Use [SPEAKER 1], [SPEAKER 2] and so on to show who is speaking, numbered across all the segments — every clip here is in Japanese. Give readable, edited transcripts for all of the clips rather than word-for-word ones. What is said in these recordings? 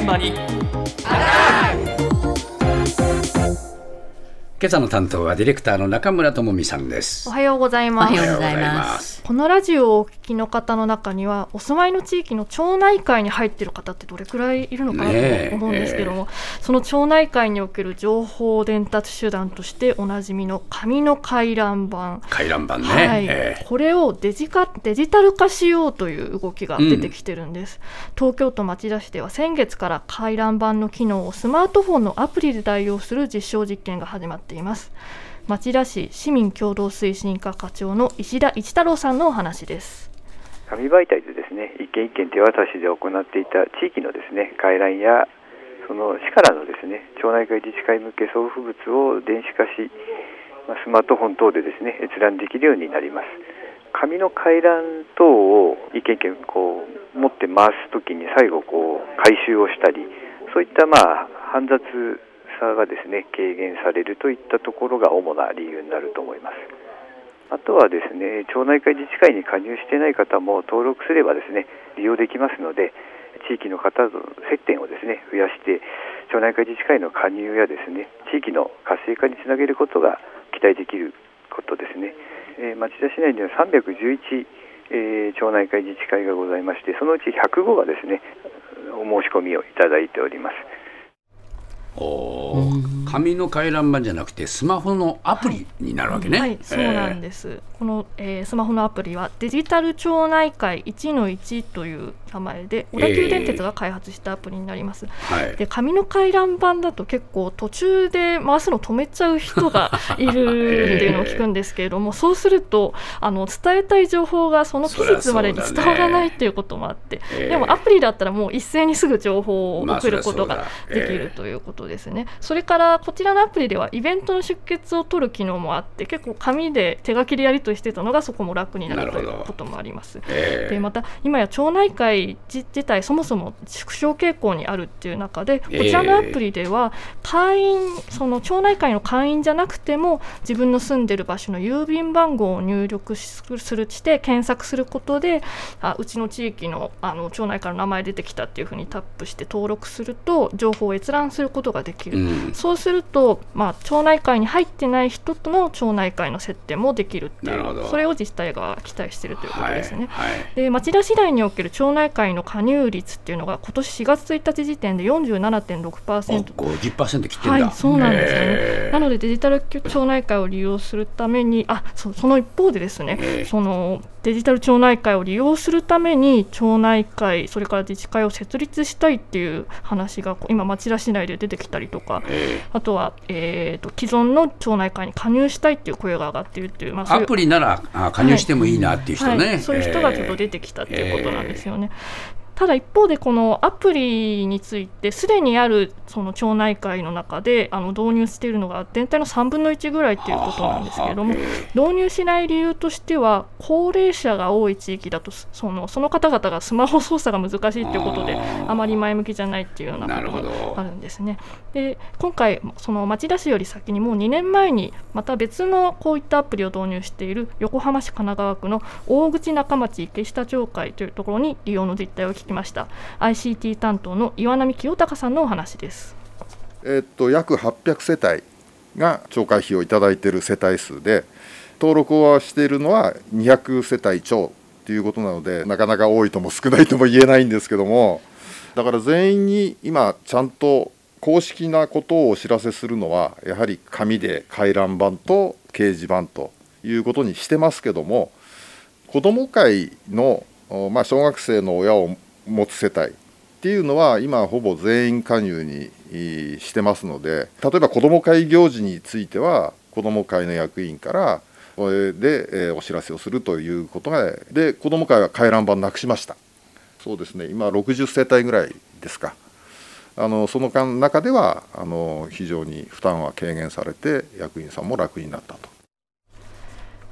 [SPEAKER 1] 現場に
[SPEAKER 2] 今朝の担当はディレクターの中村智美さんです。
[SPEAKER 3] おはようございます。
[SPEAKER 2] おはようございます。
[SPEAKER 3] このラジオをお聞きの方の中にはお住まいの地域の町内会に入っている方ってどれくらいいるのかなと思うんですけども、その町内会における情報伝達手段としておなじみの紙の回覧板、
[SPEAKER 2] ね、
[SPEAKER 3] これをデジタル化しようという動きが出てきてるんです。東京都町田市では先月から回覧板の機能をスマートフォンのアプリで代用する実証実験が始まっています。町田市市民共同推進課課長の石田一太郎さんのお話です。
[SPEAKER 4] 紙媒体でですね、一件一件手渡しで行っていた地域のですね、回覧やその市からのですね、町内会自治会向け送付物を電子化し、スマートフォン等でですね、閲覧できるようになります。紙の回覧等を一件一件持って回すときに最後回収をしたり、そういった煩雑がですね、軽減されるといったところが主な理由になると思います。あとはですね、町内会自治会に加入していない方も登録すればですね、利用できますので、地域の方との接点をですね、増やして町内会自治会の加入やですね、地域の活性化につなげることが期待できることですね。町田市内には311、町内会自治会がございまして、そのうち105がですね、お申し込みをいただいております。
[SPEAKER 2] 紙の回覧板じゃなくてスマホのアプリになるわけね。
[SPEAKER 3] はい、そうなんです。この、スマホのアプリはデジタル町内会 1-1 という名前で小田急電鉄が開発したアプリになります。で、紙の回覧板だと結構途中で回すの止めちゃう人がいるっていうのを聞くんですけれども、そうすると伝えたい情報がその期日までに伝わらないっていうこともあって、でもアプリだったらもう一斉にすぐ情報を送ることができるということですね。それからこちらのアプリではイベントの出欠を取る機能もあって、結構紙で手書きでやり取りしてたのがそこも楽になるということもあります。で、また今や町内会自体そもそも縮小傾向にあるっていう中で、こちらのアプリではその町内会の会員じゃなくても自分の住んでる場所の郵便番号を入力するして検索することで、うちの地域の町内会の名前出てきたっていうふうにタップして登録すると情報を閲覧することができる。そうすると、町内会に入ってない人との町内会の接点もできるっていう、それを自治体が期待しているということですね。で、町田市内における町内会の加入率っていうのが今年4月1日時点で 47.6%、
[SPEAKER 2] 50% 切ってんだ。
[SPEAKER 3] そうなんですよね。なのでデジタル町内会を利用するためにその一方でですね、そのデジタル町内会を利用するために町内会、それから自治会を設立したいっていう話が今町田市内で出てきたりとか、あとは、既存の町内会に加入したいっていう声が上がっているっていう、
[SPEAKER 2] アプリなら加入してもいいなっていう人ね、
[SPEAKER 3] そういう人がちょっと出てきたっていうことなんですよね。ただ一方でこのアプリについてすでにあるその町内会の中で導入しているのが全体の3分の1ぐらいということなんですけれども、導入しない理由としては高齢者が多い地域だとその方々がスマホ操作が難しいということであまり前向きじゃないっていうようなことがあるんですね。で、今回その町田市より先にもう2年前にまた別のこういったアプリを導入している横浜市神奈川区の大口中町池下町会というところに利用の実態を聞きました。 ICT 担当の岩波清隆さんのお話です。
[SPEAKER 5] 約800世帯が町会費をいただいている世帯数で、登録をしているのは200世帯超ということなので、なかなか多いとも少ないとも言えないんですけども、だから全員に今ちゃんと公式なことをお知らせするのはやはり紙で回覧板と掲示板ということにしてますけども、子ども会の、小学生の親を持つ世帯っていうのは今ほぼ全員加入にしてますので、例えば子ども会行事については子ども会の役員からこれでお知らせをするということで、子ども会は回覧板なくしました。そうですね、今60世帯ぐらいですか。その中では非常に負担は軽減されて役員さんも楽になったと。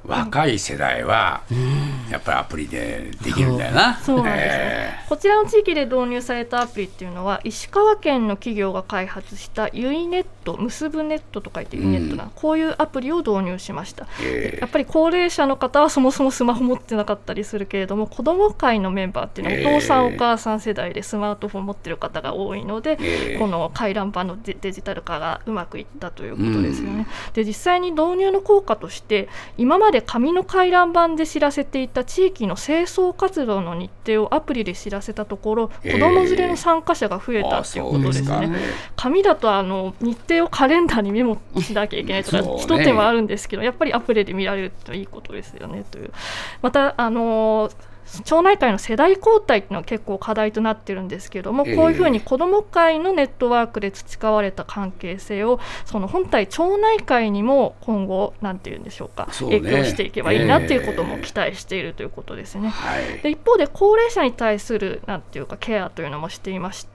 [SPEAKER 2] 若い世代はやっぱりアプリでできるんだよな。
[SPEAKER 3] そうなんですね。こちらの地域で導入されたアプリっていうのは石川県の企業が開発したユイネット、結ぶネットと書いてユイネットな、こういうアプリを導入しました。やっぱり高齢者の方はそもそもスマホ持ってなかったりするけれども、子ども会のメンバーっていうのはお父さんお母さん世代でスマートフォン持ってる方が多いので、この回覧板のデジタル化がうまくいったということですよね。で実際に導入の効果として今まで紙の回覧板で知らせていた地域の清掃活動の日程をアプリで知らせたところ、子ども連れの参加者が増えたということですね。紙だと日程をカレンダーにメモしなきゃいけないとか一手間あるんですけど、やっぱりアプリで見られるといいことですよねという。また町内会の世代交代というのは結構課題となっているんですけれども、こういうふうに子ども会のネットワークで培われた関係性をその本体町内会にも今後なんていうんでしょうか、影響していけばいいなということも期待しているということですね。で一方で高齢者に対するなんていうかケアというのもしていまして、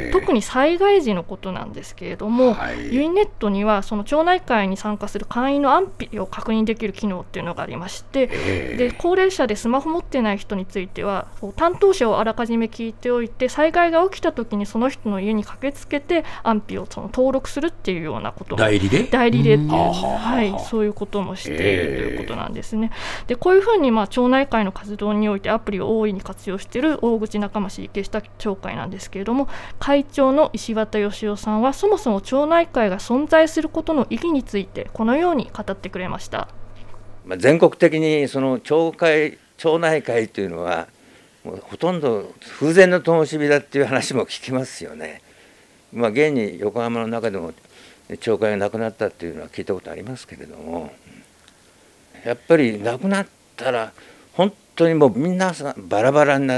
[SPEAKER 3] 特に災害時のことなんですけれども、ユイネットにはその町内会に参加する会員の安否を確認できる機能っていうのがありまして、で高齢者でスマホ持ってない人については担当者をあらかじめ聞いておいて、災害が起きた時にその人の家に駆けつけて安否を登録するっていうようなことも代理でっていう、そういうこともしているということなんですね。でこういうふうに町内会の活動においてアプリを大いに活用している大口仲間市池下町会なんですけれども、会長の石渡義夫さんはそもそも町内会が存在することの意義についてこのように語ってくれました。
[SPEAKER 1] 全国的にその町内会というのはもうほとんど風前の灯火だっていう話も聞きますよね。現に横浜の中でも町会がなくなったっていうのは聞いたことありますけれども、やっぱりなくなったら本当にもうみんなバラバラになって、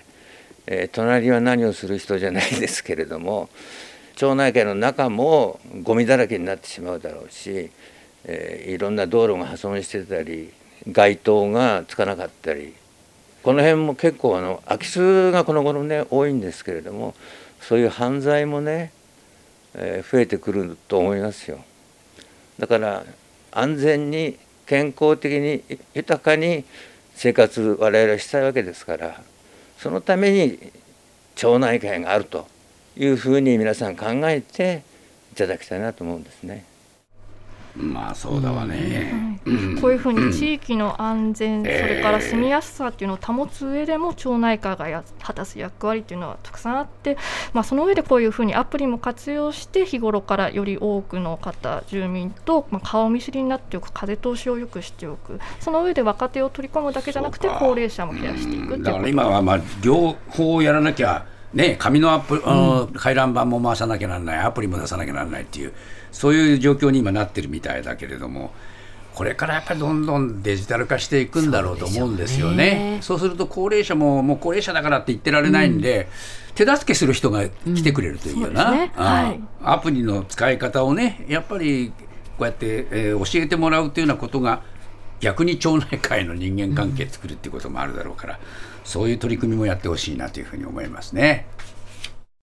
[SPEAKER 1] 隣は何をする人じゃないですけれども、町内会の中もゴミだらけになってしまうだろうし、いろんな道路が破損してたり街灯がつかなかったり、この辺も結構空き巣がこの頃ね多いんですけれども、そういう犯罪もね、増えてくると思いますよ。だから安全に健康的に豊かに生活我々はしたいわけですから、そのために町内会があるというふうに皆さん考えていただきたいなと思うんですね。
[SPEAKER 2] そうだわね、
[SPEAKER 3] こういうふうに地域の安全、それから住みやすさっていうのを保つ上でも町内会が果たす役割っていうのはたくさんあって、その上でこういうふうにアプリも活用して日頃からより多くの方住民と顔見知りになっておく、風通しを良くしておく、その上で若手を取り込むだけじゃなくて高齢者もケアしていくっていうこと。
[SPEAKER 2] だから今は両方やらなきゃ紙の回覧板も回さなきゃならない、アプリも出さなきゃならないっていう、そういう状況に今なってるみたいだけれども、これからやっぱりどんどんデジタル化していくんだろうと思うんですよね。そうすると高齢者ももう高齢者だからって言ってられないんで、手助けする人が来てくれるというような、アプリの使い方をね、やっぱりこうやって、教えてもらうというようなことが逆に町内会の人間関係作るっていうこともあるだろうから、そういう取り組みもやってほしいなというふうに思いますね。